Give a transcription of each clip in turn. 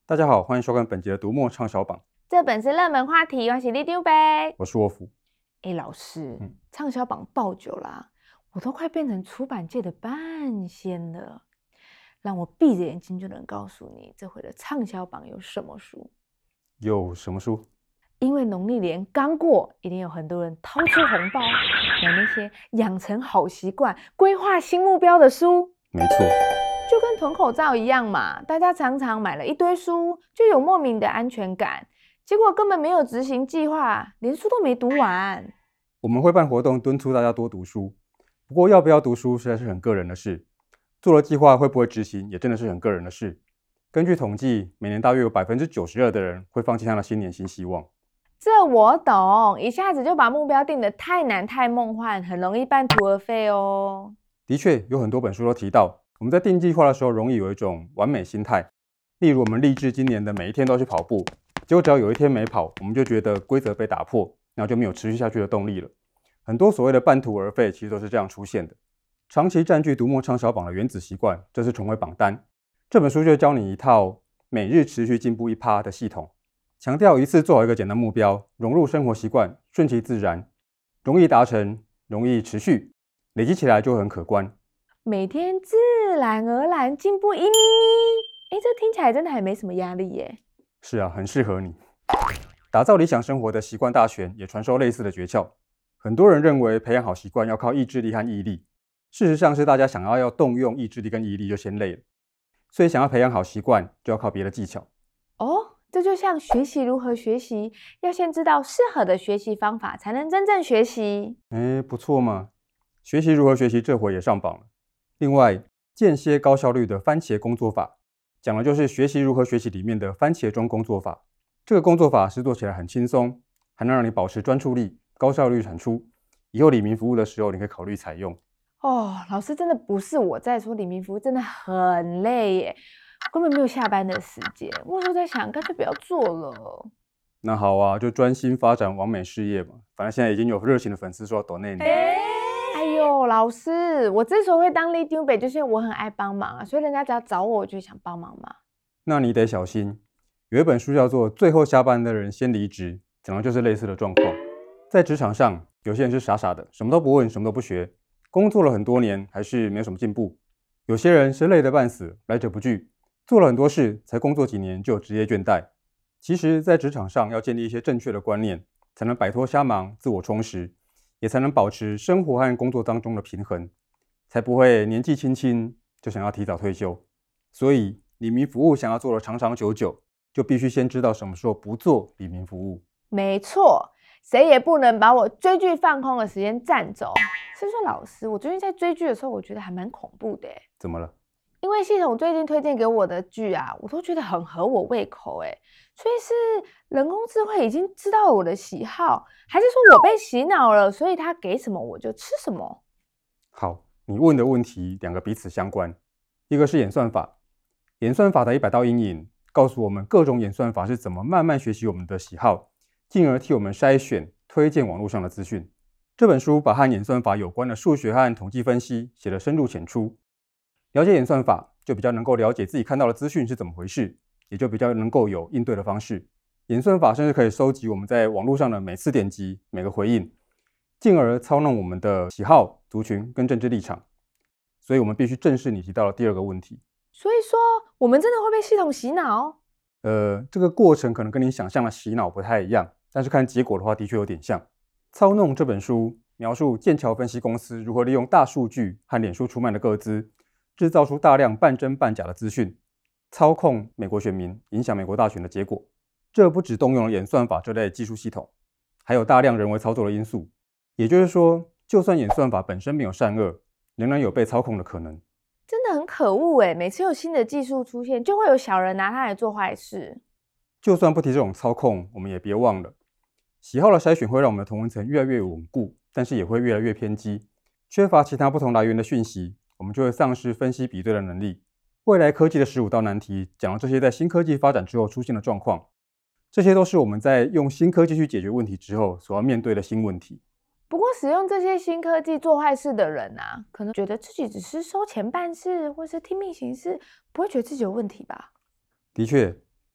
大家好，欢迎收看本节的读墨畅销榜。 这本是热门话题，我是李丢呗。 我是沃夫。 老师，畅销榜爆久啦，我都快变成出版界的半仙了。让我闭着眼睛就能告诉你，这回的畅销榜有什么书？ 有什么书？ 因为农历年刚过，一定有很多人掏出红包买那些养成好习惯、规划新目标的书。 没错， 就跟囤口罩一样嘛，大家常常买了一堆书，就有莫名的安全感，结果根本没有执行计划，连书都没读完。 我们会办活动敦促大家多读书，不过要不要读书实在是很个人的事，做了计划会不会执行也真的是很个人的事。根据统计，每年大约有92%的人会放弃他的新年新希望。 这我懂，一下子就把目标定得太难太梦幻，很容易半途而废哦。 的确，有很多本书都提到，我们在定计划的时候容易有一种完美心态，例如我们立志今年的每一天都去跑步，结果只要有一天没跑，我们就觉得规则被打破，然后就没有持续下去的动力了。很多所谓的半途而废其实都是这样出现的。长期占据读墨畅销榜的原子习惯，这是重回榜单。这本书就教你一套每日持续进步1%的系统，强调一次做好一个简单目标，融入生活习惯，顺其自然，容易达成，容易持续，累积起来就会很可观。 每天自然而然进步1咪咪，这听起来真的还没什么压力耶。 是啊，很适合你。打造理想生活的习惯大全也传授类似的诀窍。很多人认为培养好习惯要靠意志力和毅力，事实上是大家想要动用意志力跟毅力就先累了，所以想要培养好习惯就要靠别的技巧。 这就像学习如何学习，要先知道适合的学习方法，才能真正学习。 不错嘛，学习如何学习这回也上榜了。另外，间歇高效率的番茄工作法，讲的就是学习如何学习里面的番茄钟工作法。这个工作法是做起来很轻松，还能让你保持专注力，高效率产出。以后里民服务的时候，你可以考虑采用。 老师真的不是我在说，里民服务真的很累耶，根本没有下班的时间。我都在想，干脆不要做了。 那好啊，就专心发展完美事业嘛。反正现在已经有热情的粉丝说要抖内你。 哎呦，老师，我之所以会当 lead tuber，就是因为我很爱帮忙啊，所以人家只要找我，我就想帮忙嘛。 那你得小心，有一本书叫做《最后下班的人先离职》，讲的就是类似的状况。在职场上，有些人是傻傻的，什么都不问，什么都不学，工作了很多年还是没有什么进步。有些人是累得半死，来者不拒，做了很多事，才工作几年就有职业倦怠。其实，在职场上要建立一些正确的观念，才能摆脱瞎忙，自我充实，也才能保持生活和工作当中的平衡，才不会年纪轻轻就想要提早退休。所以，里民服务想要做的长长久久，就必须先知道什么时候不做里民服务。 没错，谁也不能把我追剧放空的时间占走。是说老师，我最近在追剧的时候，我觉得还蛮恐怖的耶。 怎么了？ 因为系统最近推荐给我的剧啊，我都觉得很合我胃口耶。所以是人工智慧已经知道我的喜好，还是说我被洗脑了，所以他给什么我就吃什么？ 好，你问的问题两个彼此相关，一个是演算法，演算法的100道阴影告诉我们各种演算法是怎么慢慢学习我们的喜好，进而替我们筛选、推荐网络上的资讯。这本书把和演算法有关的数学和统计分析写得深入浅出，了解演算法就比较能够了解自己看到的资讯是怎么回事，也就比较能够有应对的方式。演算法甚至可以收集我们在网络上的每次点击、每个回应，进而操弄我们的喜好、族群跟政治立场。所以我们必须正视你提到的第2个问题。 所以说，我们真的会被系统洗脑？ 这个过程可能跟你想象的洗脑不太一样，但是看结果的话，的确有点像。操弄这本书描述剑桥分析公司如何利用大数据和脸书出卖的个资，制造出大量半真半假的资讯，操控美国选民，影响美国大选的结果。这不只动用了演算法这类技术系统，还有大量人为操作的因素。也就是说，就算演算法本身没有善恶，仍然有被操控的可能。 真的很可恶耶，每次有新的技术出现，就会有小人拿它来做坏事。 就算不提这种操控，我们也别忘了，喜好的筛选会让我们的同温层越来越稳固，但是也会越来越偏激。缺乏其他不同来源的讯息，我们就会丧失分析比对的能力。未来科技的15道难题讲了这些在新科技发展之后出现的状况，这些都是我们在用新科技去解决问题之后所要面对的新问题。 不过使用这些新科技做坏事的人啊，可能觉得自己只是收钱办事或是听命行事，不会觉得自己有问题吧？ 的确，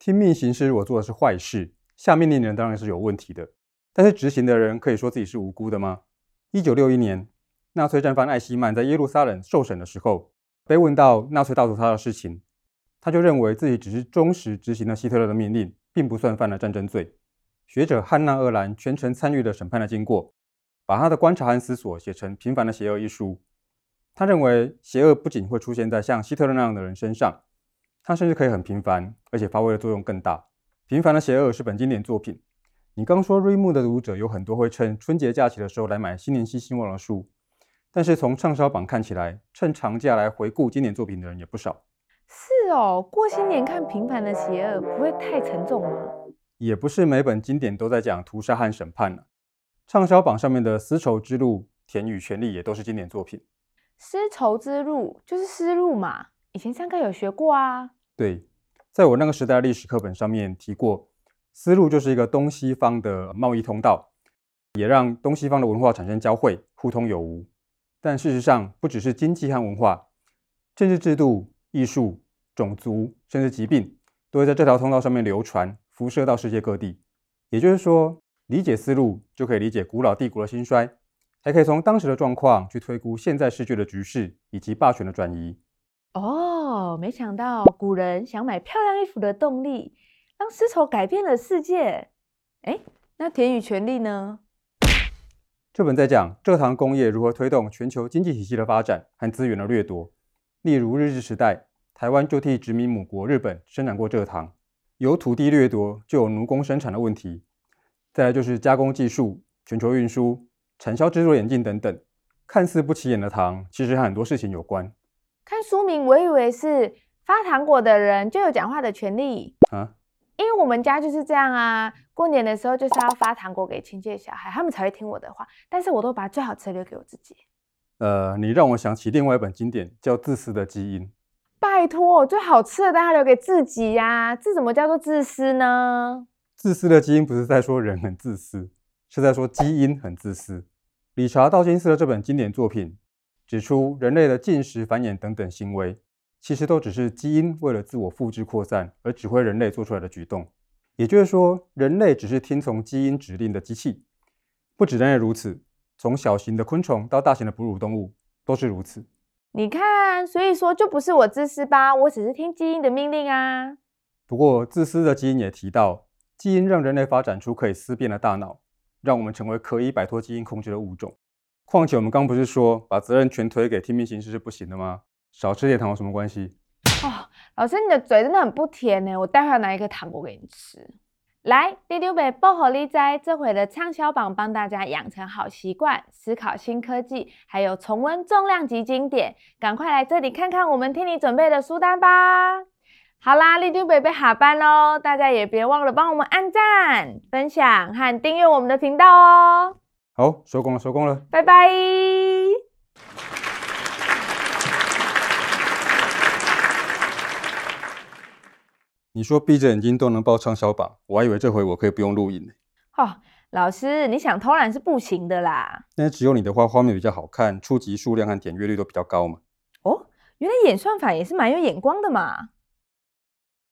听命行事如果做的是坏事，下命令的人当然是有问题的，但是执行的人可以说自己是无辜的吗？1961年，纳粹战犯艾希曼在耶路撒冷受审的时候，被问到纳粹大屠杀的事情，他就认为自己只是忠实执行了希特勒的命令，并不算犯了战争罪。学者汉娜·厄兰全程参与了审判的经过，把他的观察和思索写成《平凡的邪恶》一书。他认为邪恶不仅会出现在像希特勒那样的人身上，它甚至可以很平凡，而且发挥的作用更大。《平凡的邪恶》是本经典作品。你刚说瑞木的读者有很多会趁春节假期的时候来买新年新希望的书，但是从畅销榜看起来，趁长假来回顾经典作品的人也不少。 是哦，过新年看《平凡的邪恶》不会太沉重吗？ 也不是每本经典都在讲屠杀和审判了。畅销榜上面的《丝绸之路》《田与权力》也都是经典作品。 丝绸之路就是丝路嘛，以前上课有学过啊。 对，在我那个时代的历史课本上面提过，丝路就是一个东西方的贸易通道，也让东西方的文化产生交汇，互通有无。但事实上，不只是经济和文化，政治制度、艺术、种族，甚至疾病，都会在这条通道上面流传，辐射到世界各地。也就是说，理解丝路就可以理解古老帝国的兴衰，还可以从当时的状况去推估现在世界的局势以及霸权的转移。 哦，没想到古人想买漂亮衣服的动力，让丝绸改变了世界。哎，那田与权力呢？ 这本在讲蔗糖工业如何推动全球经济体系的发展和资源的掠夺。例如日治时代，台湾就替殖民母国日本生产过蔗糖，有土地掠夺就有奴工生产的问题。再来就是加工技术、全球运输、产销制作演进等等，看似不起眼的糖，其实和很多事情有关。 看书名，我以为是发糖果的人就有讲话的权利啊， 因为我们家就是这样啊，过年的时候就是要发糖果给亲戚小孩，他们才会听我的话，但是我都把最好吃的留给我自己。 你让我想起另外一本经典，叫《自私的基因》。 拜托，最好吃的当然留给自己呀，这怎么叫做自私呢？ 自私的基因不是在说人很自私，是在说基因很自私。理查·道金斯的这本经典作品指出，人类的进食、繁衍等等行为，其实都只是基因为了自我复制扩散而指挥人类做出来的举动。也就是说，人类只是听从基因指令的机器。不止人类如此，从小型的昆虫到大型的哺乳动物都是如此。 你看，所以说就不是我自私吧，我只是听基因的命令啊。 不过，自私的基因也提到，基因让人类发展出可以思辨的大脑，让我们成为可以摆脱基因控制的物种。况且我们刚不是说把责任全推给听命行事是不行的吗？少吃点糖有什么关系？ 哦，老师你的嘴真的很不甜呢，我待会要拿一颗糖果给你吃。来，第六本报好利哉，这回的畅销榜帮大家养成好习惯，思考新科技，还有重温重量级经典，赶快来这里看看我们替你准备的书单吧。好啦，立丢北被下班咯，大家也别忘了帮我们按赞、分享和订阅我们的频道哦。 好，收工了，收工了， 拜拜。 你说闭着眼睛都能报畅销榜，我还以为这回我可以不用录影呢。 哦，老师，你想偷懒是不行的啦。 但是只有你的话，画面比较好看，触及数量和点阅率都比较高嘛。 哦，原来演算法也是蛮有眼光的嘛。